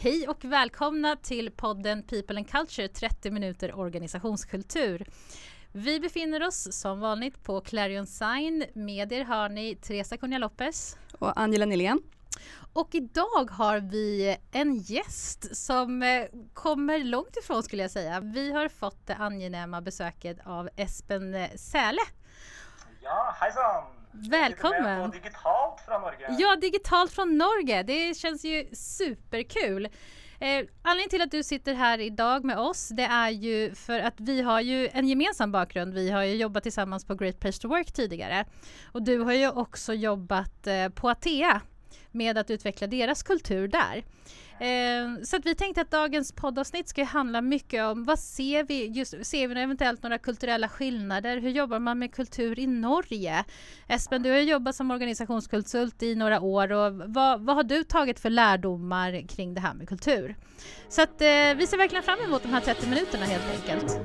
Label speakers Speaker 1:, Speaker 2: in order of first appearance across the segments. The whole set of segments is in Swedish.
Speaker 1: Hej och välkomna till podden People and Culture 30 minuter organisationskultur. Vi befinner oss som vanligt på Clarion Sign. Med er har ni Teresa Cunha Lopez
Speaker 2: och Angela Nylén.
Speaker 1: Och idag har vi en gäst som kommer långt ifrån skulle jag säga. Vi har fått det angenäma besöket av Espen Säle.
Speaker 3: Ja, hejsan!
Speaker 1: Välkommen!
Speaker 3: Och digitalt från Norge.
Speaker 1: Ja, digitalt från Norge. Det känns ju superkul. Anledningen till att du sitter här idag med oss, det är ju för att vi har ju en gemensam bakgrund. Vi har ju jobbat tillsammans på Great Place to Work tidigare. Och du har ju också jobbat på Atea med att utveckla deras kultur där. Så att vi tänkte att dagens poddavsnitt ska handla mycket om vad ser vi eventuellt några kulturella skillnader? Hur jobbar man med kultur i Norge? Espen, du har jobbat som organisationskonsult i några år och vad har du tagit för lärdomar kring det här med kultur? Så att vi ser verkligen fram emot de här 30 minuterna helt enkelt.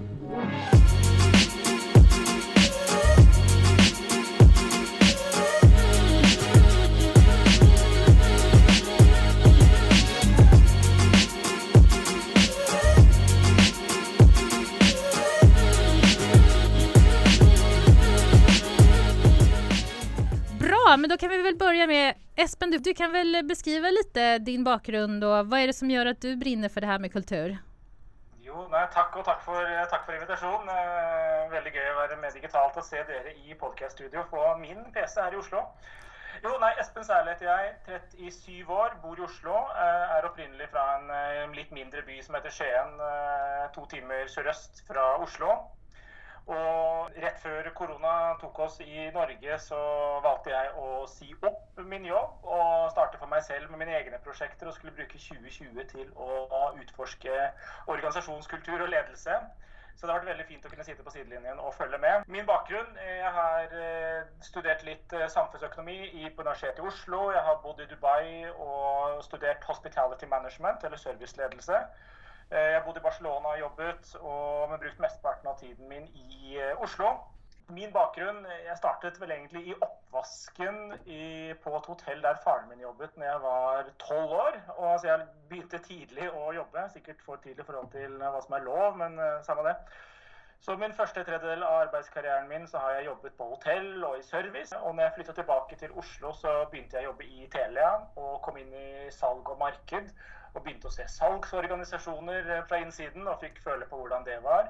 Speaker 1: Ja, men då kan vi väl börja med Espen, du kan väl beskriva lite din bakgrund och vad är det som gör att du brinner för det här med kultur?
Speaker 3: Jo, tack för invitation. Väldigt kul att vara med digitalt och se er i podcaststudio på min PC här i Oslo. Espen Säle heter jag, 37 år, bor i Oslo, är upprinnelig från en lite mindre by som heter Skien, 2 timmar sydöst från Oslo. Och rätt för corona tog oss i Norge så valde jag att si upp min jobb och starta för mig själv med mina egna projekt och skulle bruka 2020 till att utforska organisationskultur och ledelse. Så det har varit väldigt fint att kunna sitta på sidlinjen och följa med. Min bakgrund, jag har studerat lite samhällsekonomi på universitetet i Oslo. Jag har bott i Dubai och studerat hospitality management eller serviceledelse. Jag bodde i Barcelona och jobbat och har brukt mestparten av tiden min i Oslo. Min bakgrund, jag startade väl egentligen i uppvasken på ett hotell där faren min jobbade när jag var 12 år. Och alltså jag började tidigt att jobba, säkert för tidigt för till vad som är lov, men samma det. Så min första tredjedel av arbetskarriären min så har jag jobbat på hotell och i service. Och när jag flyttade tillbaka till Oslo så började jag jobba i Telia och kom in i salg och marknad. Och begynte att se salgsorganisationer från insidan och fick följa på hur det var.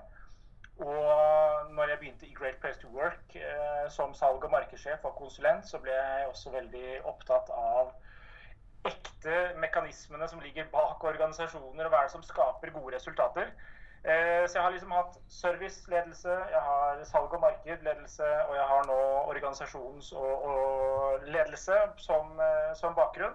Speaker 3: Och när jag begynte i Great Place to Work som salg- och marknadschef och konsulent så blev jag också väldigt upptatt av äkta mekanismerna som ligger bak organisationer och vad som skapar goda resultat. Så jag har liksom haft serviceledelse, jag har salg- och marknadsledelse och jag har nu organisations- och ledelse som bakgrund.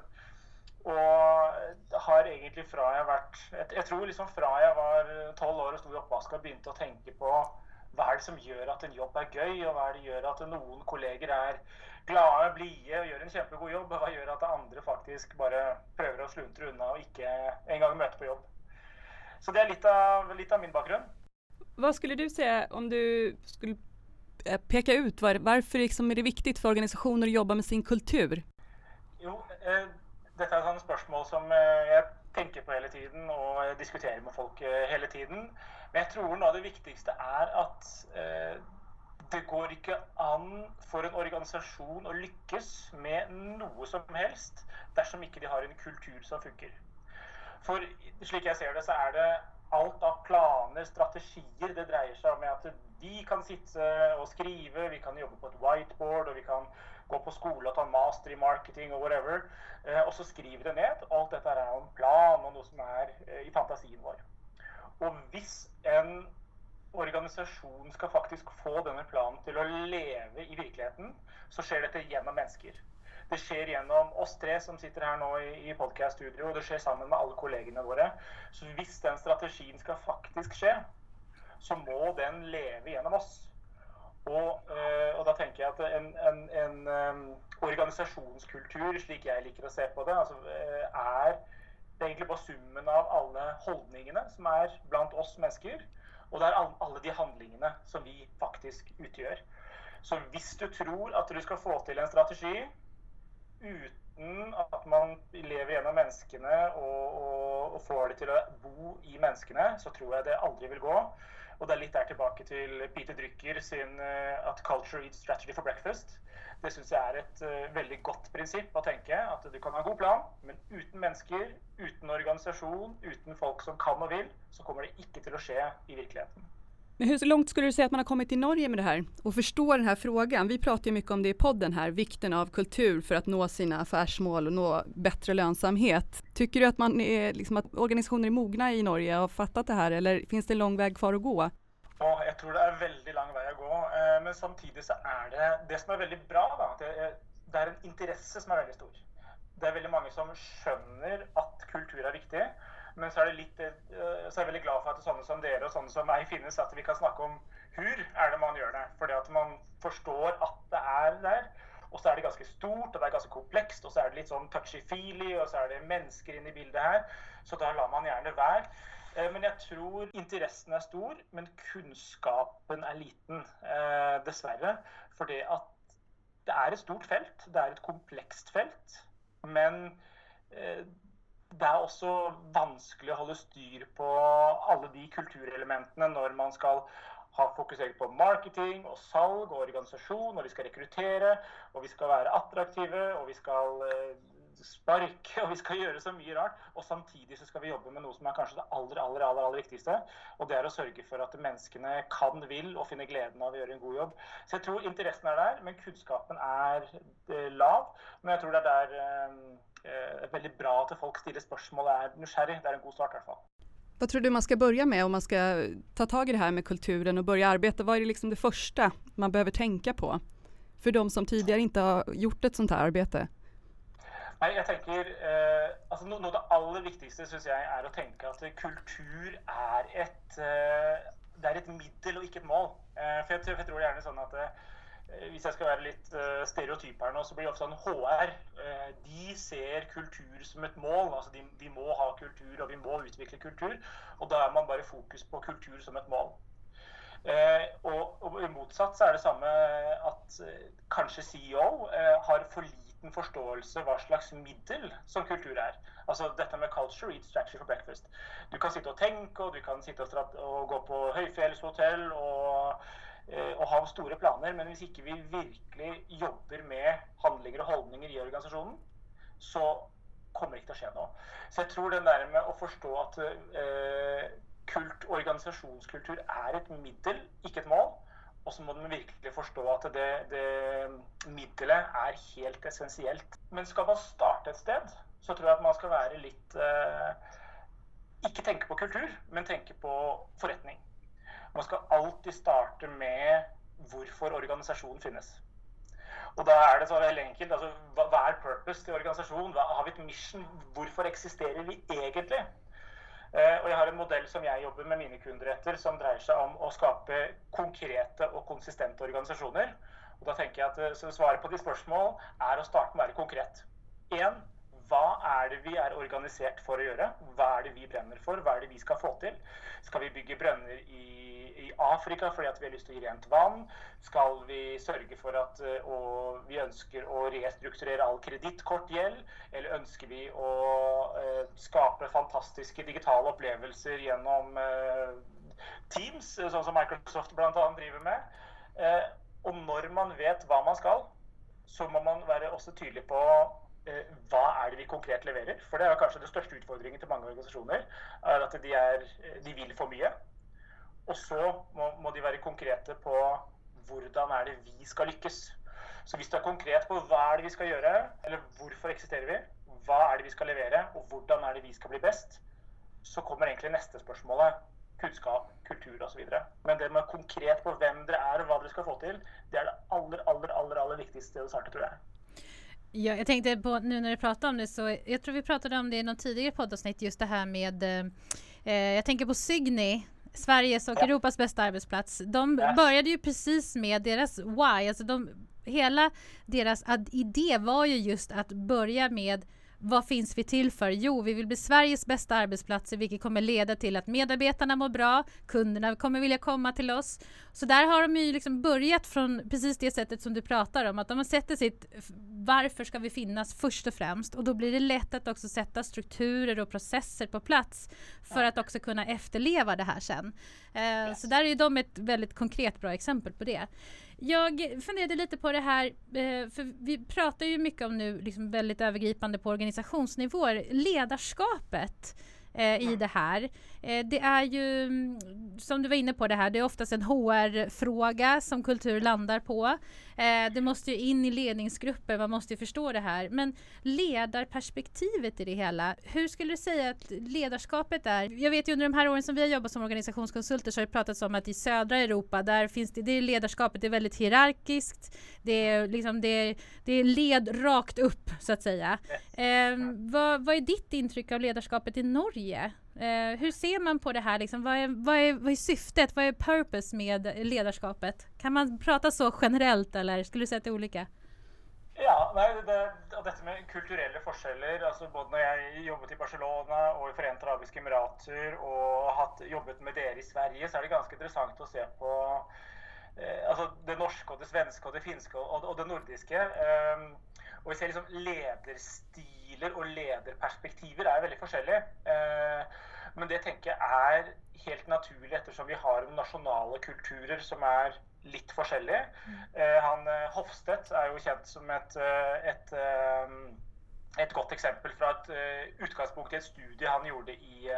Speaker 3: Och har egentligen från jag tror liksom från jag var 12 år och stod i uppvasken och började att tänka på vad är det som gör att en jobb är göj och vad är det gör att någon kollegor är glada, blida och gör en jättebra jobb och vad gör att andra faktiskt bara prövar att sluntra undan och inte en gång möter på jobb. Så det är lite av min bakgrund.
Speaker 2: Vad skulle du säga om du skulle peka ut varför liksom är det viktigt för organisationer att jobba med sin kultur?
Speaker 3: Jo, detta är ett spörsmål som jag tänker på hela tiden och diskuterar med folk hela tiden. Men jag tror att det viktigaste är att det går inte an för en organisation att lyckas med något som helst dersom inte de har en kultur som funkar. För slik jag ser det så är det allt av planer, strategier det dreier sig om att vi kan sitta och skriva, vi kan jobba på ett whiteboard och vi kan gå på skola och ta en master i marketing och whatever. Och så skriver det ned. Allt detta är en plan och något som är i fantasin vår. Och hvis en organisation ska faktiskt få denna plan till att leva i verkligheten så sker det genom människor. Det sker genom oss tre som sitter här nu i podcaststudio och det sker sammen med alla kollegorna våra. Så hvis den strategin ska faktiskt ske så må den leva genom oss. Och då tänker jag att en organisationskultur, slik jag liker att se på det, alltså, är egentligen bara summen av alla hållningarna som är bland oss människor och det är alla de handlingarna som vi faktiskt utgör. Så hvis du tror att du ska få till en strategi utan att man lever genom människorna och får til å bo i menneskene, så tror jeg det aldri vil gå. Og det er litt der tilbake til Peter Drucker sin at culture eats strategy for breakfast. Det synes jeg er et veldig godt prinsipp å tenke, at du kan ha en god plan, men uten mennesker, uten organisasjon, uten folk som kan og vil, så kommer det ikke til å skje i virkeligheten.
Speaker 2: Men hur långt skulle du säga att man har kommit i Norge med det här och förstå den här frågan? Vi pratar ju mycket om det i podden här, vikten av kultur för att nå sina affärsmål och nå bättre lönsamhet. Tycker du att man är, liksom, att organisationer är mogna i Norge och har fattat det här, eller finns det en lång väg kvar att gå?
Speaker 3: Ja, jag tror det är väldigt lång väg att gå, men samtidigt så är det som är väldigt bra då, det är en intresse som är väldigt stor. Det är väldigt många som skönner att kultur är viktigt. Men så är jag väldigt glad för att sådana som dere och sådana som mig finns, att vi kan snacka om hur är det man gör det. För att man förstår att det är där. Och så är det ganska stort och det är ganska komplext. Och så är det lite sån touchy-feely och så är det människor in i bilden här. Så då lär man gärna vara. Men jag tror intressen är stor, men kunskapen är liten. Dessvärre. För det att det är ett stort fält. Det är ett komplext fält. Men det är också vanskelig att hålla styr på alla de kulturelementene när man ska ha fokusert på marketing och salg och organisation, och vi ska rekrytera och vi ska vara attraktiva och vi ska sparka och vi ska göra så mycket rart, och samtidigt så ska vi jobba med något som är kanske det allra viktigaste, och det är att sörja för att människorna kan, vill och finner glädjen av att göra en god jobb. Så jag tror intressen är där, men kunskapen är lav, men jag tror det är väldigt bra att folk ställer spørsmål och är nysgjerrig. Det är en god start i alla fall.
Speaker 2: Vad tror du man ska börja med om man ska ta tag i det här med kulturen och börja arbeta? Vad är det liksom det första man behöver tänka på för de som tidigare inte har gjort ett sånt här arbete?
Speaker 3: Nej, jag tänker alltså något av det allra viktigaste syns jag är att tänka att kultur är ett middel och inte ett mål. För jag tror gärna sån att hvis jeg skal være litt stereotyp her nå, så blir det ofte sånn HR. De ser kultur som et mål. Altså vi må ha kultur, og vi må utvikle kultur. Og da er man bare fokus på kultur som et mål. Og i motsatt så er det samme at kanskje CEO har for liten forståelse hva slags middel som kultur er. Altså dette med culture eats strategy for breakfast. Du kan sitte og tenke, og du kan sitte og gå på høyfjellshotell og ha store planer, men hvis ikke vi virkelig jobber med handlinger og holdninger i organisasjonen, så kommer det ikke til å skje noe. Så jeg tror den der med å forstå at organisasjonskultur er et middel, ikke et mål, og så må man virkelig forstå at det middelet er helt essensielt. Men skal man starte et sted, så tror jeg at man skal være litt, ikke tenke på kultur, men tenke på forretning. Man skal alltid starte med hvorfor organisasjonen finnes. Og da er det så veldig enkelt, altså, hva er purpose til organisasjonen? Har vi et mission? Hvorfor eksisterer vi egentlig? Og jeg har en modell som jeg jobber med mine kunder etter, som dreier seg om å skape konkrete og konsistente organisasjoner. Og da tenker jeg at svaret på de spørsmål er å starte med å være konkret. 1. Hva er det vi er organisert for å gjøre? Hva er det vi brenner for? Hva er det vi skal få til? Skal vi bygge brønner i Afrika fordi at vi har lyst til å gi rent vann? Skal vi sørge for at vi ønsker å restrukturere all kredittkortgjeld? Eller ønsker vi å skape fantastiske digitale opplevelser gjennom Teams, sånn som Microsoft blant annet driver med? Og når man vet hva man skal, så må man være også tydelig på hva er det vi konkret leverer? For det er kanskje det største utfordringen til mange organisasjoner, er at de vil for mye. Og så må de være konkrete på hvordan er det vi skal lykkes. Så hvis du er konkret på hva er det vi skal gjøre, eller hvorfor eksisterer vi, hva er det vi skal levere, og hvordan er det vi skal bli best, så kommer egentlig neste spørsmålet, kunnskap, kultur og så videre. Men det med konkret på hvem dere er og hva dere skal få til, det er det aller viktigste å starte, tror jeg.
Speaker 1: Ja, jag tänkte på nu när du pratar om det, så jag tror vi pratade om det i någon tidigare poddavsnitt, just det här med jag tänker på Sygni, Sveriges och Europas bästa arbetsplats. De började ju precis med deras why, alltså hela deras idé var ju just att börja med vad finns vi till för? Jo, vi vill bli Sveriges bästa arbetsplatser, vilket kommer leda till att medarbetarna mår bra, kunderna kommer vilja komma till oss. Så där har de ju liksom börjat från precis det sättet som du pratar om, att de har sett sitt varför ska vi finnas först och främst, och då blir det lätt att också sätta strukturer och processer på plats för att också kunna efterleva det här sen. Så där är ju de ett väldigt konkret bra exempel på det. Jag funderade lite på det här, för vi pratar ju mycket om nu liksom väldigt övergripande på organisationsnivåer, ledarskapet i det här. Det är ju, som du var inne på det här, det är oftast en HR-fråga som kultur landar på. Det måste ju in i ledningsgrupper, man måste ju förstå det här. Men ledarperspektivet i det hela, hur skulle du säga att ledarskapet är? Jag vet ju under de här åren som vi har jobbat som organisationskonsulter så har det pratats om att i södra Europa, där finns det ledarskapet är väldigt hierarkiskt. Det är liksom, det är led rakt upp så att säga. Vad är ditt intryck av ledarskapet i Norge? Hur ser man på det här? Liksom, vad är syftet? Vad är purpose med ledarskapet? Kan man prata så generellt eller skulle du säga att det är olika?
Speaker 3: Ja, dette med kulturelle forskjeller, altså både når jeg jobbet i Barcelona og i Forente Arabiske Emirater og jobbet med dere i Sverige, så er det ganske interessant å se på altså det norske og det svenske og det finske og det nordiske. Og vi ser liksom lederstiler og lederperspektiver er veldig forskjellige. Men det tenker jeg er helt naturlig ettersom vi har nasjonale kulturer som er litt forskjellige. Hofstedt er jo kjent som et godt eksempel fra et utgangspunkt i et studie han gjorde i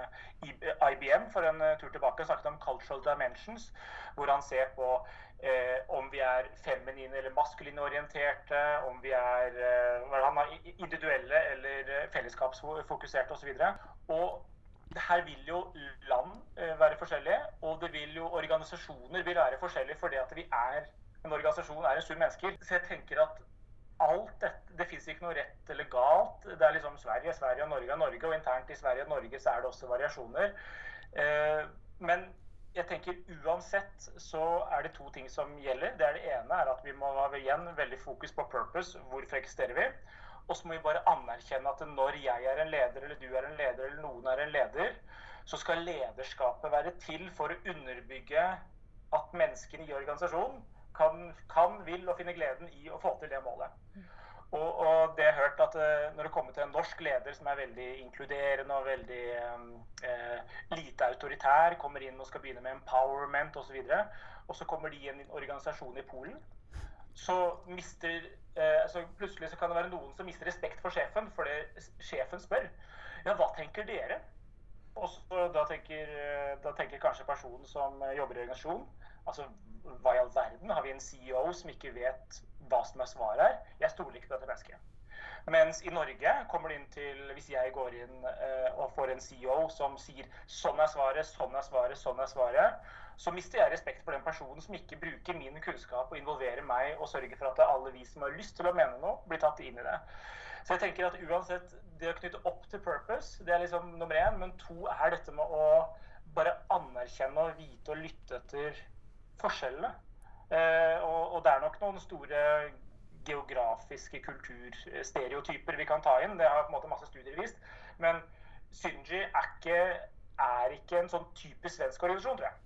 Speaker 3: IBM for en tur tilbake. Han snakket om cultural dimensions, hvor han ser på om vi er feminine eller maskuline orienterte, om vi er individuelle eller fellesskapsfokuserte og så videre. Og her vil jo land være forskjellige, og det vil jo organisasjoner vil være forskjellige fordi at en organisasjon er en sum mennesker. Så jeg tenker at alt dette, det finnes ikke noe rett eller galt. Det er liksom Sverige og Norge, og internt i Sverige og Norge så er det også variasjoner. Men jeg tenker uansett så er det to ting som gjelder. Det ene er at vi må ha igjen veldig fokus på purpose, hvorfor eksisterer vi? Og så må vi bare anerkjenne at når jeg er en leder, eller du er en leder, eller noen er en leder, så skal lederskapet være til for å underbygge at menneskene i organisasjonen vil og finne gleden i å få til det målet. Og det har jeg hørt at når det kommer til en norsk leder som er veldig inkluderende og veldig lite autoritær, kommer inn og skal begynne med empowerment og så videre, og så kommer de i en organisasjon i Polen, så plutselig så kan det være noen som mister respekt for sjefen, fordi sjefen spør, ja, hva tenker dere? Og så da tenker kanskje personen som jobber i organisasjonen, altså, hva i all verden? Har vi en CEO som ikke vet hva som er svaret her? Jeg stoler ikke på dette mennesket. Mens i Norge kommer det inn til, hvis jeg går inn og får en CEO som sier, sånn er svaret, sånn er svaret, sånn er svaret, så mister jeg respekt for den personen som ikke bruker min kunnskap og involverer meg og sørger for at alle vi som har lyst til å mene noe, blir tatt inn i det. Så jeg tenker at uansett, det å knytte opp til purpose, det er liksom nummer 1, men 2 er dette med å bare anerkjenne og vite og lytte etter forskjellene. Og det er nok noen store geografiske kulturstereotyper vi kan ta inn, det har på en måte masse studier vist, men Synergy er ikke en sånn typisk svensk organisasjon, tror jeg.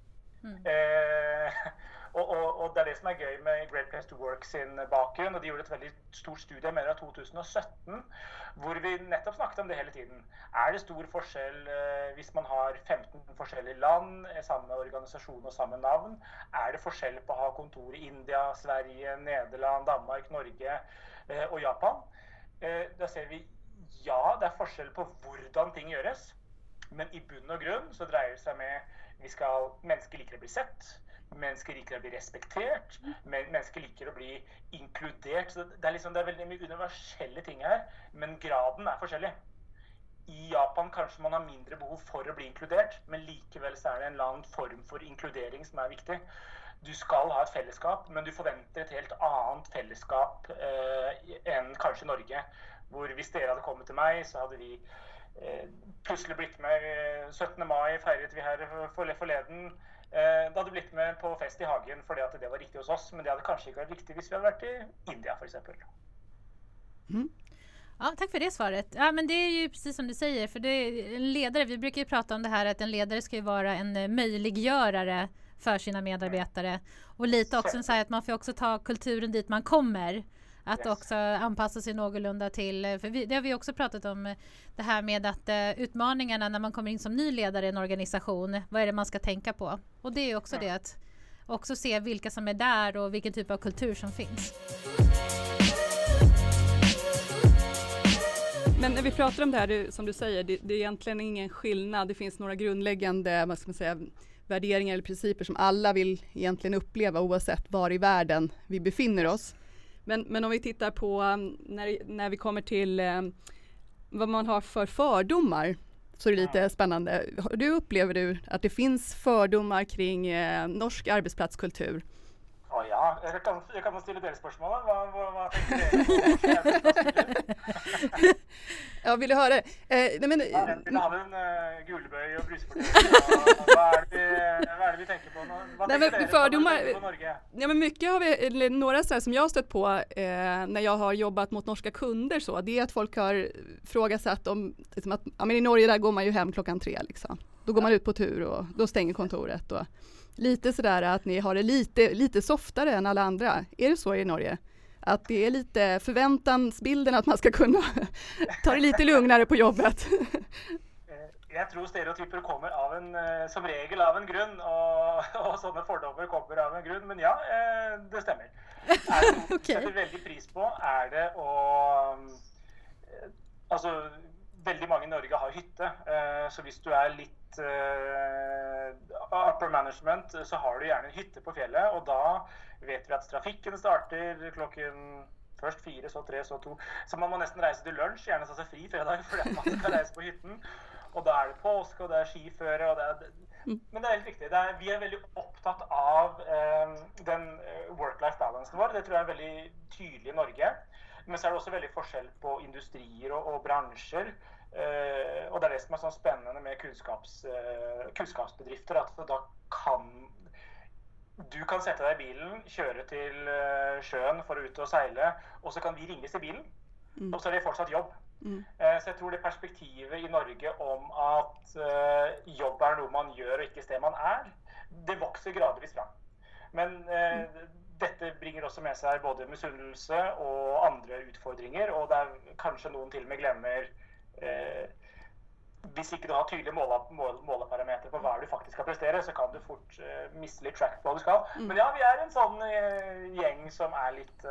Speaker 3: Og det er det som er gøy med Great Place to Work sin bakgrunn, og de gjorde et veldig stort studie, jeg mener av 2017, hvor vi nettopp snakket om det hele tiden. Er det stor forskjell hvis man har 15 forskjellige land, samme organisasjon og samme navn? Er det forskjell på å ha kontor i India, Sverige, Nederland, Danmark, Norge og Japan? Da ser vi, ja, det er forskjell på hvordan ting gjøres, men i bunn og grunn så dreier det seg med mennesker liker å bli sett, mennesker liker å bli respektert, mennesker liker å bli inkludert. Så det er veldig mye universelle ting her, men graden er forskjellig. I Japan kanskje man har mindre behov for å bli inkludert, men likevel så er det en eller annen form for inkludering som er viktig. Du skal ha et fellesskap, men du forventer et helt annet fellesskap enn kanskje Norge, hvor hvis dere hadde kommet til meg, så hadde vi plutselig blitt med 17. mai, feiret vi her forleden. Det hadde blitt med på fest i hagen fordi at det var riktig hos oss, men det hadde kanskje ikke vært riktig hvis vi hadde vært i India, for eksempel.
Speaker 1: Ja, tack för det svaret. Ja, men det är ju precis som du säger, för det är en ledare, vi brukar ju prata om det här att en ledare ska ju vara en möjliggörare för sina medarbetare. Och lite också så här att man får också ta kulturen dit man kommer. Att också anpassa sig någorlunda till, för det har vi också pratat om, det här med att utmaningarna när man kommer in som ny ledare i en organisation, vad är det man ska tänka på? Och det är ju också det att också se vilka som är där och vilken typ av kultur som finns.
Speaker 2: Men när vi pratar om det här, som du säger, det är egentligen ingen skillnad. Det finns några grundläggande, vad ska man säga, värderingar eller principer som alla vill egentligen uppleva oavsett var i världen vi befinner oss. Men om vi tittar på när vi kommer till vad man har för fördomar, så är det lite spännande. Upplever du att det finns fördomar kring norsk arbetsplatskultur?
Speaker 3: Ja, jag kan ställa det spörsmålet. Vad tänker du?
Speaker 2: Ja, vill du höra det?
Speaker 3: Vi har en guldböj och bryskortering. Vad är det vi tänker på? Vad tänker du på Norge?
Speaker 2: Ja, men mycket har vi, eller några så här som jag har stött på när jag har jobbat mot norska kunder, så det är att folk har frågasatt om liksom att men i Norge där går man ju hem 3:00 liksom. Då går man ut på tur och då stänger kontoret och lite sådär att ni har det lite softare än alla andra. Är det så i Norge? Att det är lite förväntansbilden att man ska kunna ta det lite lugnare på jobbet?
Speaker 3: Jag tror stereotyper kommer som regel av en grund och sådana fördomar kommer av en grund. Men ja, det stämmer. Okay. Jag sätter väldigt pris på är det och alltså väldigt många i Norge har hytte. Så hvis du är lite upper management så har du gärna en hytte på fjället och då vet vi att trafiken startar klockan först 4, så 3, så 2. Så man må nästan resa till lunch, gärna så fri fredag för att man ska resa på hytten. Och då är det påsk och det är skiföre och det är, men det är helt riktigt. Vi är väldigt upptatt av den work-life balansen vår. Det tror jag är väldigt tydligt i Norge. Men så är det också väldigt forskjell på industrier och branscher. Och det är det som är så spännande med kunskapsbedrifter, att då du kan sätta dig i bilen, köra till sjön för att ut och segla, och så kan vi ringa till bilen, och så är det fortsatt jobb. Så jag tror det perspektivet i Norge om att jobb är något man gör och inte det man är, det växer gradvis fram. Men detta bringar också med sig både misunnelse och andra utfordringar, och där kanske någon till och med glömmer hvis ikke du har tydliga måleparametrar på vad du faktiskt ska prestera, så kan du fort missa lite track på vad du ska. Men ja, vi är en sån gäng som är lite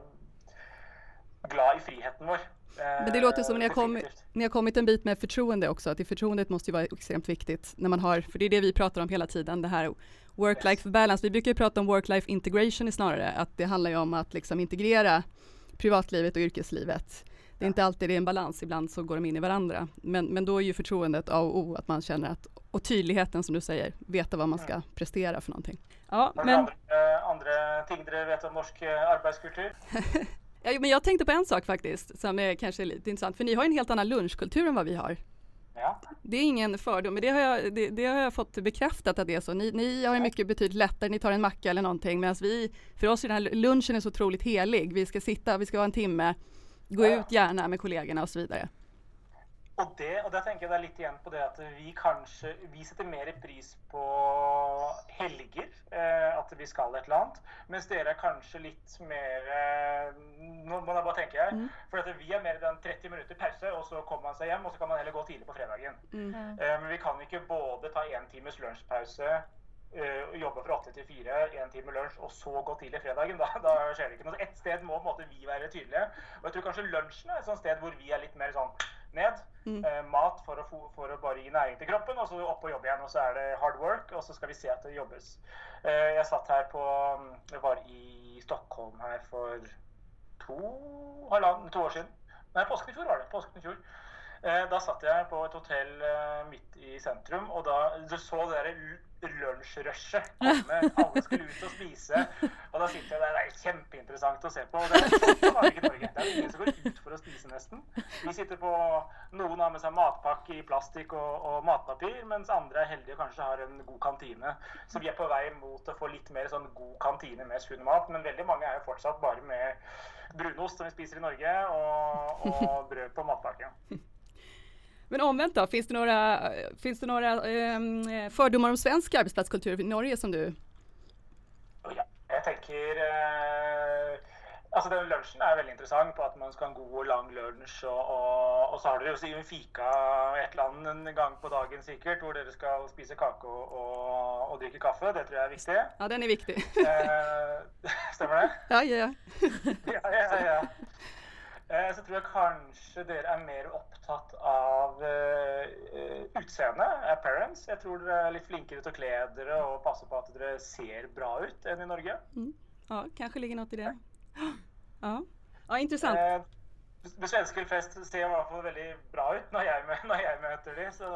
Speaker 3: glad i friheten vår.
Speaker 2: Men det låter som ni har kommit en bit med förtroende också, att det förtroendet måste ju vara extremt viktigt när man har, för det är det vi pratar om hela tiden, det här work-life balance. Vi brukar ju prata om work-life integration snarare, att det handlar ju om att liksom integrera privatlivet och yrkeslivet. Det är inte alltid det är en balans, ibland så går de in i varandra. Men då är ju förtroendet A och O, att man känner att, och tydligheten som du säger, veta vad man ska prestera för någonting. Ja, men
Speaker 3: andra ting du vet om norsk arbetskultur?
Speaker 2: Ja, men jag tänkte på en sak faktiskt som är kanske lite intressant, för ni har en helt annan lunchkultur än vad vi har.
Speaker 3: Ja.
Speaker 2: Det är ingen fördom, men det har jag fått bekräftat att det är så. Ni har ju mycket betydligt lättare, ni tar en macka eller någonting, medan för oss är den här lunchen är så otroligt helig. Vi ska ha en timme, gå ut gärna med kollegorna och så vidare.
Speaker 3: Och där tänker jag lite igen på det att vi sätter mer pris på helger, att vi ska ett land, men det är kanske lite mer, man bara tänker, för att vi är mer än 30 minuter pauser och så kommer man sig hem och så kan man heller gå tidigt på fredagen. Men vi kan inte både ta en timmes lunchpause, jobba från 8 till 4, en timme lunch och så gå till i fredagen. Då sker det inte något. Ett sted må vi vara tydliga. Och jag tror kanske lunchen är ett sånt sted där vi är lite mer sån ned. Mat för att bara ge näring till kroppen, och så upp och jobba igen, och så är det hard work, och så ska vi se att det jobbas. Jag satt här jag var i Stockholm här för 2 år sedan. Nej, påsken i fjol var det. Da satt jeg på et hotell midt i sentrum, og da du så det der lunsjrushet komme. Alle skulle ut og spise, og da sitter jeg der. Det er kjempeinteressant å se på. Og det er sånn ikke Norge. Det er ingen som går ut for å spise nesten. Vi sitter på, noen har med seg matpakke i plastikk og matpapir, mens andre er heldige og kanskje har en god kantine. Så vi er på vei mot å få litt mer sånn god kantine med sunn mat, men veldig mange er jo fortsatt bare med brunost som vi spiser i Norge, og brød på matpakke.
Speaker 2: Men omvänt då, finns det några fördomar om svensk arbetsplatskultur i Norge som du?
Speaker 3: Ja, jeg tenker altså den lunsjen er veldig interessant på at man skal ha en god og lang lunsj, og så har dere jo en fika et eller annet en gang på dagen sikkert, hvor dere skal spise kake og drikke kaffe. Det tror jeg er viktig.
Speaker 2: Ja, den är viktig.
Speaker 3: Stemmer det?
Speaker 2: Ja.
Speaker 3: Ja. Så tror jeg kanskje dere er mer opptatt av utseende, appearance. Jeg tror dere er litt flinkere til å kle dere og passe på at dere ser bra ut enn i Norge.
Speaker 2: Ja, kanske ligger något i det. Ja, intressant.
Speaker 3: Det svenske fest ser i hvert fall veldig bra ut når jeg møter de, så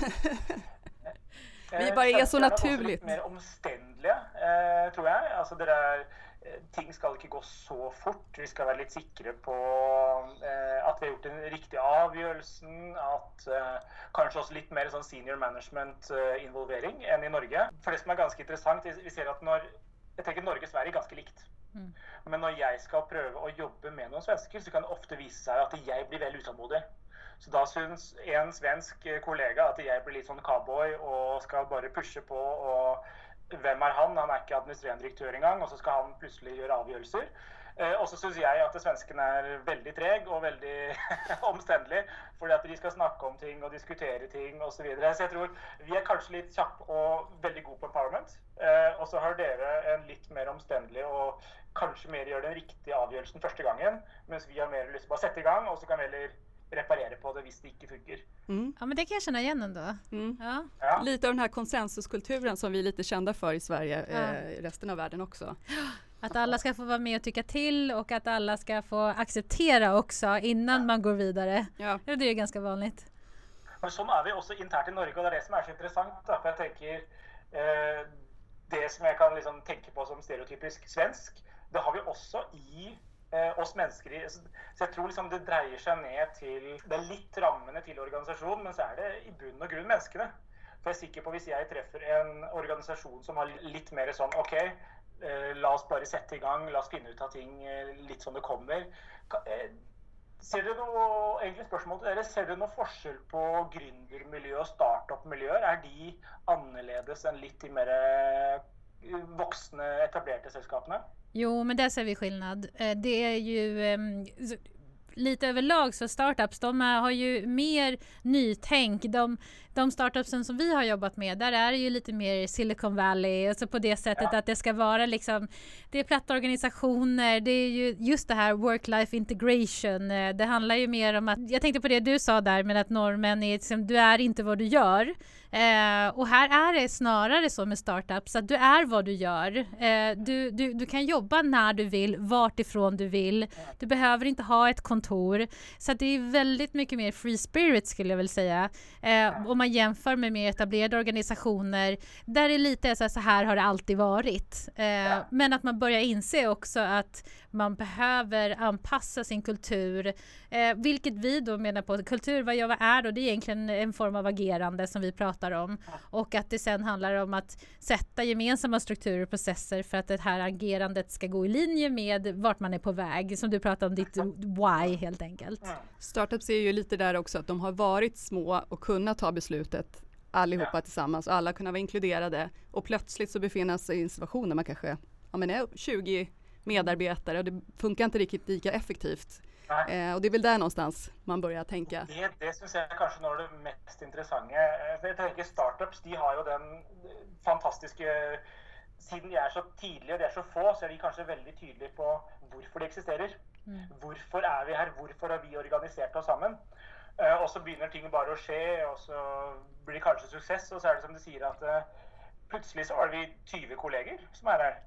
Speaker 2: Vi bare er så naturligt.
Speaker 3: Litt mer omstendelige, tror jeg. Altså ting skal ikke gå så fort. Vi skal være litt sikre på at vi har gjort den riktige avgjørelsen, at kanskje også litt mer sånn senior management involvering enn i Norge. For det som er ganske interessant, vi ser at jeg tenker Norge og Sverige er ganske likt. Men når jeg skal prøve å jobbe med noen svensker, så kan det ofte vise seg at jeg blir veldig utålmodig. Så da synes en svensk kollega at jeg blir litt sånn cowboy og skal bare pushe på, og hvem er han? Han er ikke administrerende direktør engang, og så skal han plutselig gjøre avgjørelser. Og så synes jeg at svensken er veldig treg og veldig omstendelig, fordi at de skal snakke om ting og diskutere ting og så videre. Så jeg tror vi er kanskje litt kjapp og veldig god på empowerment, og så har dere en litt mer omstendelig og kanskje mer gjør den riktige avgjørelsen første gangen, mens vi har mer lyst til å sette i gang, og så kan vi heller reparere på det hvis det inte funkar.
Speaker 1: Ja, men det kan jag känna igen ändå.
Speaker 2: Ja. Lite av den här konsensuskulturen som vi är lite kända för i Sverige, resten av världen också.
Speaker 1: Att alla ska få vara med och tycka till och att alla ska få acceptera också innan man går vidare. Ja. Det är ganska vanligt.
Speaker 3: Men sånn er vi også internt i Norge, og det er det som er så interessant. Da. For jeg tenker, det som jeg kan liksom tenke på som stereotypisk svensk, det har vi også i oss mennesker. Så jeg tror liksom det dreier seg ned til, det er litt rammene til organisasjonen, men så er det i bunn og grunn menneskene. For jeg er sikker på hvis jeg treffer en organisasjon som har litt mer sånn, ok, la oss bare sette i gang, la oss finne ut av ting litt som det kommer. Ser dere noe, egentlig spørsmål til dere, ser dere noe forskjell på gründermiljø og startup-miljøer? Er de annerledes enn litt de mer voksne, etablerte selskapene?
Speaker 1: Jo, men där ser vi skillnad. Det är ju lite överlag så startups, de har ju mer nytänk. De startupsen som vi har jobbat med, där är det ju lite mer Silicon Valley, alltså på det sättet att det ska vara liksom, det är platta organisationer, det är ju just det här work-life integration. Det handlar ju mer om att, jag tänkte på det du sa där med att normen är liksom, du är inte vad du gör. Och här är det snarare så med startups att du är vad du gör. Du kan jobba när du vill, vart ifrån du vill. Du behöver inte ha ett kontor. Så att det är väldigt mycket mer free spirit skulle jag väl säga. Om man jämför med mer etablerade organisationer där det lite är så här har det alltid varit. Men att man börjar inse också att man behöver anpassa sin kultur. Vilket vi då menar på kultur, vad är då? Det är egentligen en form av agerande som vi pratar om. Och att det sen handlar om att sätta gemensamma strukturer och processer för att det här agerandet ska gå i linje med vart man är på väg. Som du pratar om, ditt why helt enkelt.
Speaker 2: Startups är ju lite där också att de har varit små och kunnat ta beslutet allihopa tillsammans och alla kunna vara inkluderade. Och plötsligt så befinner sig i en situation där man kanske är 20 medarbetare och det funkar inte riktigt lika effektivt. Och det är väl där någonstans man börjar tänka.
Speaker 3: Det synes jeg kanskje nå er det mest interessante. For jeg tenker startups, de har jo den fantastiske, siden de er så tidlige og de er så få, så er de kanskje veldig tydelige på hvorfor de eksisterer. Hvorfor er vi her? Hvorfor har vi organisert oss sammen? Og så begynner ting bare å skje, og så blir det kanskje suksess, og så er det som du sier at plutselig så var vi 20 kolleger som er her.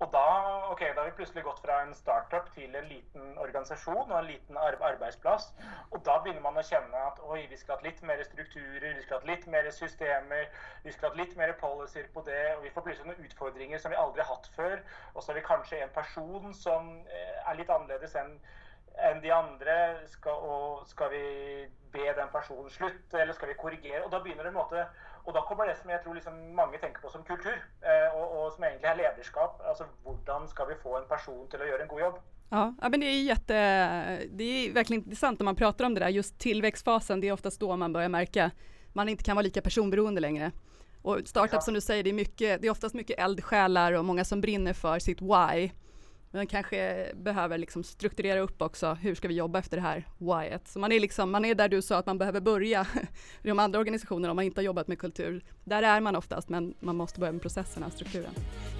Speaker 3: Og da har vi plutselig gått fra en startup til en liten organisasjon og en liten arbeidsplass. Og da begynner man å kjenne at vi skal ha litt mer strukturer, vi skal ha litt mer systemer, vi skal ha litt mer policies på det, og vi får plutselig noen utfordringer som vi aldri har hatt før. Og så har vi kanskje en person som er litt annerledes enn de andre. Skal vi be den personen slutte, eller skal vi korrigere? Og da begynner det en måte. Og da kommer det som jeg tror liksom mange tenker på som kultur, och som egentligen är ledarskap. Alltså, hvordan ska vi få en person till att göra en god jobb?
Speaker 2: Ja, men det är verkligen intressant när man pratar om det där. Just tillväxtfasen, det är oftast då man börjar märka man inte kan vara lika personberoende längre. Och startup som du säger, det är oftast mycket eldsjälar och många som brinner för sitt why. Men kanske behöver liksom strukturera upp också, hur ska vi jobba efter det här whyet. Så man är där du sa att man behöver börja i de andra organisationerna om man inte har jobbat med kultur. Där är man oftast, men man måste börja med processerna, strukturen.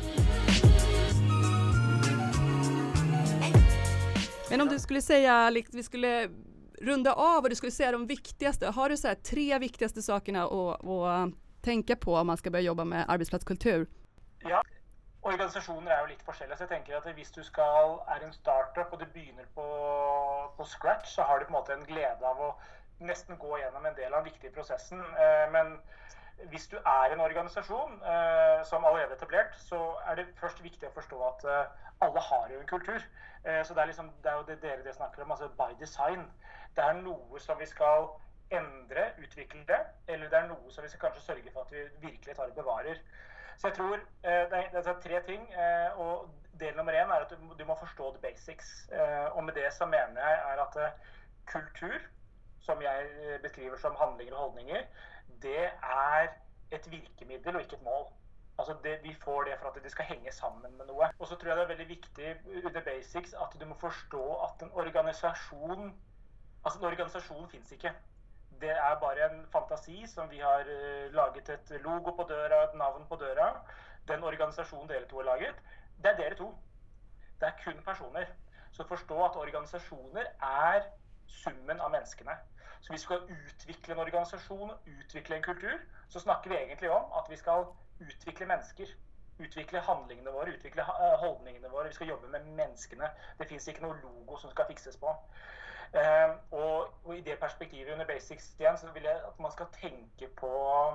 Speaker 2: Men om du skulle säga, vi skulle runda av och du skulle säga de viktigaste. Har du så här 3 viktigaste sakerna att tänka på om man ska börja jobba med arbetsplatskultur?
Speaker 3: Ja. Organisasjoner er jo litt forskjellige, så jeg tenker at hvis du er en startup og du begynner på scratch, så har du på en måte en glede av å nesten gå gjennom en del av den viktige prosessen. Men hvis du er en organisasjon som allerede er etablert, så er det først viktig å forstå at alle har jo en kultur. Så det er jo det dere snakker om, altså by design. Det er noe som vi skal endre, utvikle det, eller det er noe som vi skal kanskje sørge for at vi virkelig tar og bevarer. Så jeg tror det er 3 ting, og del nummer 1 er at du må forstå the basics. Og med det så mener jeg er at kultur, som jeg beskriver som handlinger og holdninger, det er et virkemiddel og ikke et mål. Altså vi får det for at det skal henge sammen med noe. Og så tror jeg det er veldig viktig the basics at du må forstå at en organisasjon finnes ikke. Det er bare en fantasi som vi har laget et logo på døra, et navn på døra. Den organisasjonen dere to har laget, det er dere to. Det er kun personer. Så forstå at organisasjoner er summen av menneskene. Så hvis vi skal utvikle en organisasjon, utvikle en kultur, så snakker vi egentlig om at vi skal utvikle mennesker. Utvikle handlingene våre, utvikle holdningene våre. Vi skal jobbe med menneskene. Det finnes ikke noe logo som skal fikses på. Og i det perspektivet under basics igjen, så vil jeg at man skal tenke på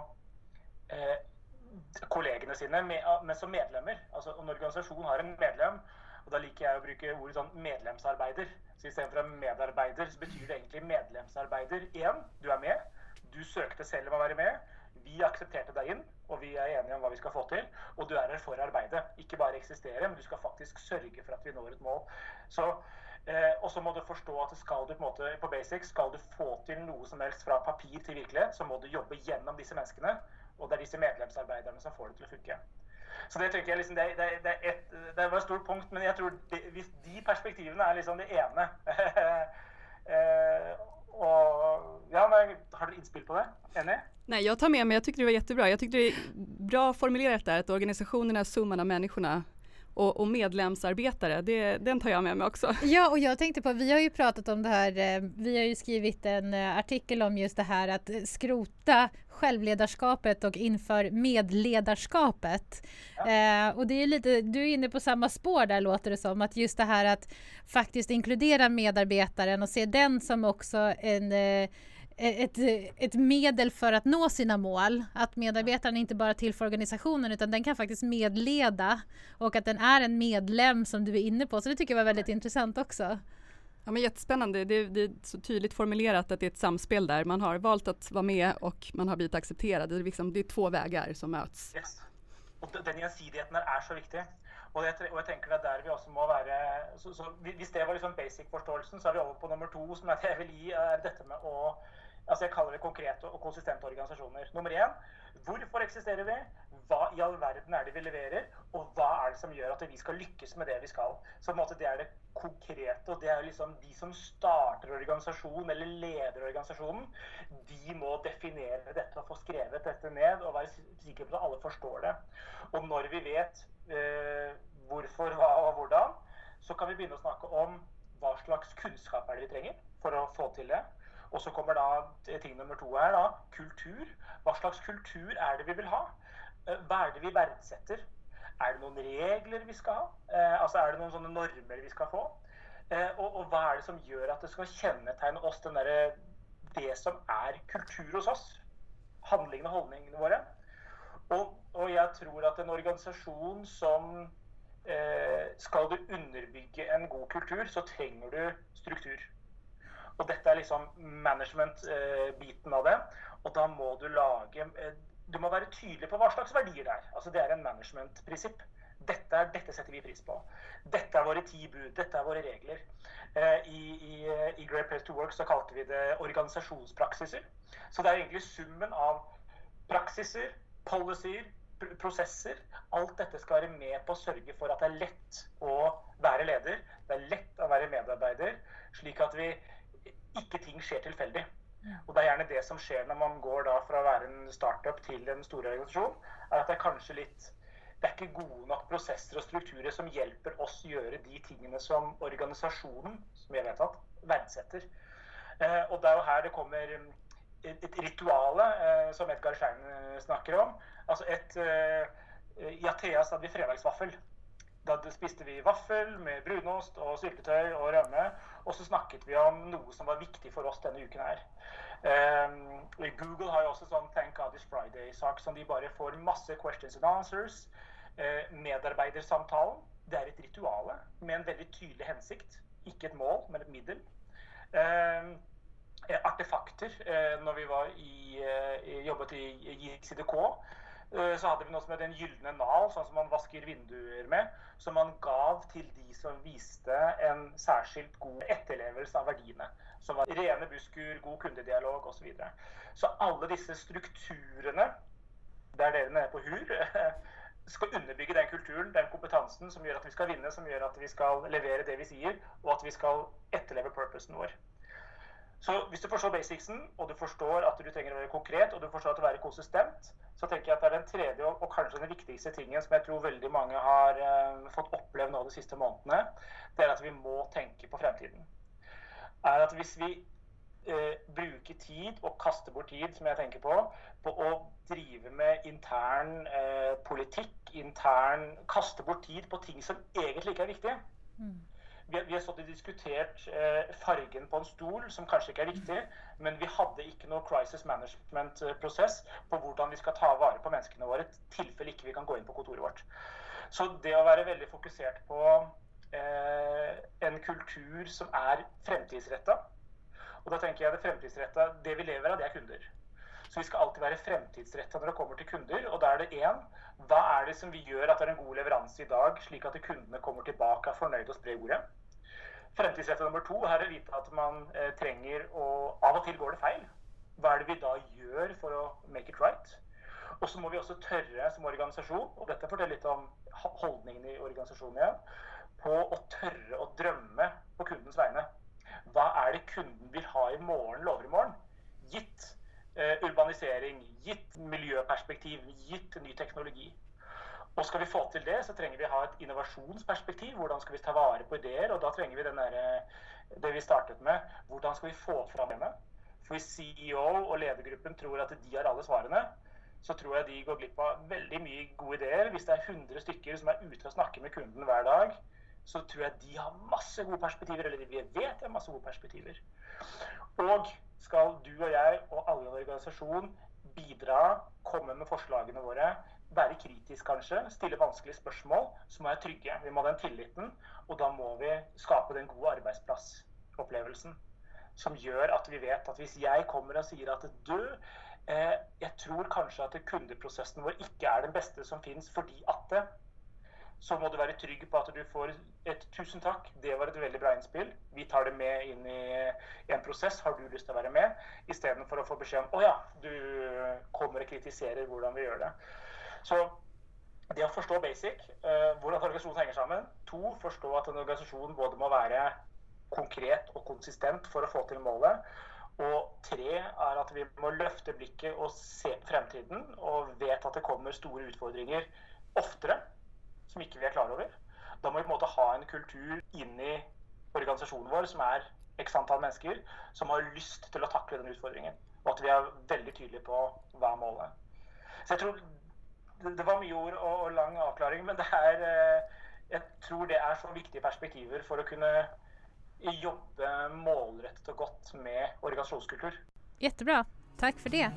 Speaker 3: kollegene sine men som medlemmer. Altså en organisasjon har en medlem, og da liker jeg å bruke ordet sånn medlemsarbeider. Så i stedet for medarbeider så betyr det egentlig medlemsarbeider. 1, du er med, du søkte selv om å være med, vi aksepterte deg inn, og vi er enige om hva vi skal få til, og du er her for arbeidet. Ikke bare eksistere, men du skal faktisk sørge for at vi når et mål. Og så må du forstå at skal du på basics, skal du få til noe som helst fra papir til virkelighet, så må du jobbe gjennom disse menneskene, og det er disse medlemsarbeiderne som får det til å funke. Så det tenker jeg liksom, det var et stort punkt, men jeg tror hvis de perspektivene er liksom det ene. Og ja, har du innspill på det? Enig?
Speaker 2: Nej, jag tar med mig, jag tyckte det var jättebra. Jag tyckte det är bra formulerat där, att organisationerna är summan av människorna. Och medlemsarbetare, den tar jag med mig också.
Speaker 1: Ja, och jag tänkte på, vi har ju pratat om det här, vi har ju skrivit en artikel om just det här att skrota självledarskapet och inför medledarskapet. Ja. Och det är lite, du är inne på samma spår där låter det som, att just det här att faktiskt inkludera medarbetaren och se den som också ett medel för att nå sina mål. Att medarbetaren inte bara till för organisationen utan den kan faktiskt medleda och att den är en medlem som du är inne på. Så det tycker jag var väldigt intressant också.
Speaker 2: Ja, men jättespännande. Det är så tydligt formulerat att det är ett samspel där. Man har valt att vara med och man har blivit accepterad. Det är 2 vägar som möts.
Speaker 3: Yes. Och den gjensidigheten är så viktig. Og jeg tenker det der vi også må være, så hvis det var liksom basic-forståelsen, så er vi over på nummer 2, som jeg vil gi dette med å, altså jeg kaller det konkrete og konsistente organisasjoner. Nummer 1, hvorfor eksisterer vi? Hva i all verden er det vi leverer? Og hva er det som gjør at vi skal lykkes med det vi skal? Så på en måte det er det konkrete, og det er liksom de som starter organisasjonen eller leder organisasjonen, de må definere dette og få skrevet dette ned og være sikre på at alle forstår det. Og når vi vet hvorfor, hva og hvordan, så kan vi begynne å snakke om hva slags kunnskap er det vi trenger for å få til det. Og så kommer da ting nummer 2 her da, kultur. Hva slags kultur er det vi vil ha? Hva er det vi verdsetter? det noen regler vi skal ha? Altså det noen sånne normer vi skal få? Og hva det som gjør at det skal kjennetegne oss, det som kultur hos oss? Handlingene, holdningene våre. Og jeg tror at en organisasjon som skal du underbygge en god kultur, så trenger du struktur. Og dette liksom management-biten av det. Og da må du du må være tydelig på hva slags verdier det Altså det en management-prinsipp. Dette setter vi pris på. Dette våre 10 bud, dette våre regler. I Great Place to Work så kalte vi det organisasjonspraksiser. Så det egentlig summen av praksiser, policyer, prosesser. Alt dette skal være med på å sørge for at det lett å være leder. Det lett å være medarbeider, slik at ikke ting skjer tilfeldig. Og det gjerne det som skjer når man går da fra å være en startup til en stor organisasjon, at det kanskje det ikke gode nok prosesser og strukturer som hjelper oss gjøre de tingene som organisasjonen, som jeg vet verdsetter. Og det jo her det kommer et rituale som Edgar Schein snakker om. Altså I Athea så hadde vi fredagsvaffel. Da spiste vi vaffel med brunost og syltetøy og rømme, og så snakket vi om noe som var viktig for oss denne uken her. Google har jo også sånn Thank God It's Friday-sak som de bare får masse questions and answers. Medarbeidersamtalen, det et rituale med en veldig tydelig hensikt. Ikke et mål, men et middel. Artefakter, når vi jobbet I JCDK, så hadde vi noe som den gyldne nal, sånn som man vasker vinduer med, som man gav til de som viste en særskilt god etterlevelse av verdiene, som var rene busskur, god kundedialog og så videre. Så alle disse strukturene, der dere nede på HUR, skal underbygge den kulturen, den kompetansen som gjør at vi skal vinne, som gjør at vi skal levere det vi sier, og at vi skal etterleve purposen vår. Så hvis du forstår basicsen, og du forstår at du trenger å være konkret, og du forstår at du være konsistent, så tenker jeg at det den tredje og kanskje den viktigste tingen som jeg tror veldig mange har fått oppleve nå de siste månedene, det at vi må tenke på fremtiden. At hvis vi bruker tid og kaster bort tid, som jeg tenker på å drive med intern politikk, kaste bort tid på ting som egentlig ikke viktige. Vi har stått og diskutert fargen på en stol, som kanskje ikke viktig, men vi hadde ikke noe crisis management-prosess på hvordan vi skal ta vare på menneskene våre, tilfelle ikke vi kan gå inn på kontoret vårt. Så det å være veldig fokusert på en kultur som fremtidsrettet, og da tenker jeg det fremtidsrettet, det vi lever av, det kunder. Så vi skal alltid være fremtidsrettet når det kommer til kunder, og da det hva det som vi gjør at det en god leveranse I dag, slik at kundene kommer tilbake og fornøyd og sprer ordet. Fremtidsrettet nummer 2 det vite at man trenger, og av og til går det feil. Hva det vi da gjør for å make it right? Og så må vi også tørre som organisasjon, og dette forteller litt om holdningen I organisasjonen igjen, på å tørre å drømme på kundens vegne. Hva det kunden vil ha I morgen, lover I morgen? Gitt urbanisering, gitt miljøperspektiv, gitt ny teknologi. Og skal vi få til det, så trenger vi ha et innovasjonsperspektiv. Hvordan skal vi ta vare på ideer? Og da trenger vi det vi startet med. Hvordan skal vi få fram denne? For hvis CEO og ledergruppen tror at de har alle svarene, så tror jeg de går glipp av veldig mye gode ideer. Hvis det 100 stykker som ute og snakker med kunden hver dag, så tror jeg de har masse gode perspektiver, eller vi vet det masse gode perspektiver. Og skal du og jeg og alle I en organisasjon bidra, komme med forslagene våre, være kritisk kanskje, stille vanskelige spørsmål, så må jeg trygge. Vi må ha den tilliten, og da må vi skape den gode arbeidsplassopplevelsen, som gjør at vi vet at hvis jeg kommer og sier at jeg tror kanskje at kundeprosessen vår ikke den beste som finnes fordi at så må du være trygg på at du får et tusen takk, det var et veldig bra innspill. Vi tar det med inn I en prosess, har du lyst til å være med? I stedet for å få beskjed om, ja, du kommer og kritiserer hvordan vi gjør det. Så det å forstå basic, hvordan organisasjonen henger sammen. 2, forstå at en organisasjon både må være konkret og konsistent for å få til målet. Og 3 at vi må løfte blikket og se på fremtiden, og vet at det kommer store utfordringer oftere, som ikke vi klar over. Da må vi på en måte ha en kultur inn I organisasjonen vår, som x antall mennesker, som har lyst til å takle den utfordringen. Og at vi veldig tydelige på hva målet. Så jeg tror det var mye ord og lang avklaring, men jeg tror det så viktige perspektiver for å kunne jobbe målrettet og godt med organisasjonskultur.
Speaker 1: Jättebra, tack för det.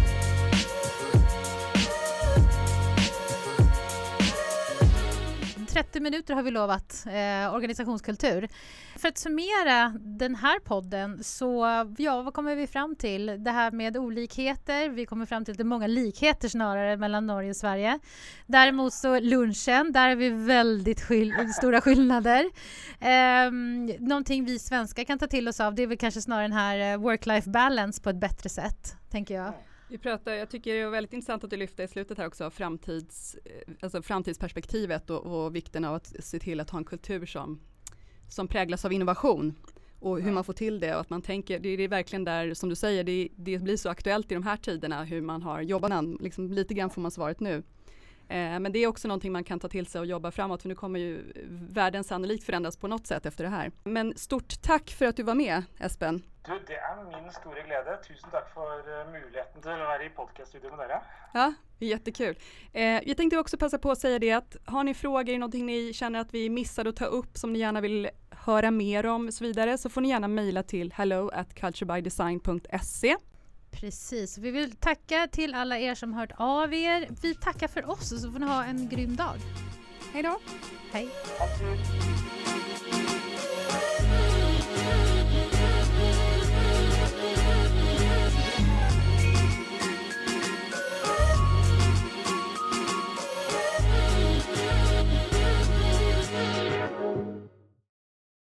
Speaker 1: 30 minuter har vi lovat organisationskultur. För att summera den här podden så, vad kommer vi fram till? Det här med olikheter, vi kommer fram till att det är många likheter snarare mellan Norge och Sverige. Däremot så lunchen, där är vi väldigt stora skillnader. Någonting vi svenskar kan ta till oss av, det är väl kanske snarare den här work-life balance på ett bättre sätt, tänker jag.
Speaker 2: Jag tycker det är väldigt intressant att du lyfter i slutet här också framtidsperspektivet och vikten av att se till att ha en kultur som präglas av innovation och hur man får till det och att man tänker, det är verkligen där som du säger, det blir så aktuellt i de här tiderna hur man har jobbat, liksom, lite grann får man svaret nu. Men det är också någonting man kan ta till sig och jobba framåt, för nu kommer ju världen sannolikt förändras på något sätt efter det här. Men stort tack för att du var med, Espen.
Speaker 3: Du, det min stora glädje. Tusen tack för möjligheten till att vara i podcaststudion med er.
Speaker 2: Ja, jättekul. Jag tänkte också passa på att säga det att har ni frågor, någonting ni känner att vi missade att ta upp som ni gärna vill höra mer om och så vidare, så får ni gärna mejla till hello@culturebydesign.se.
Speaker 1: Precis, vi vill tacka till alla er som hört av er. Vi tackar för oss och så får ni ha en grym dag.
Speaker 2: Hej då!
Speaker 1: Hej!
Speaker 3: Tack.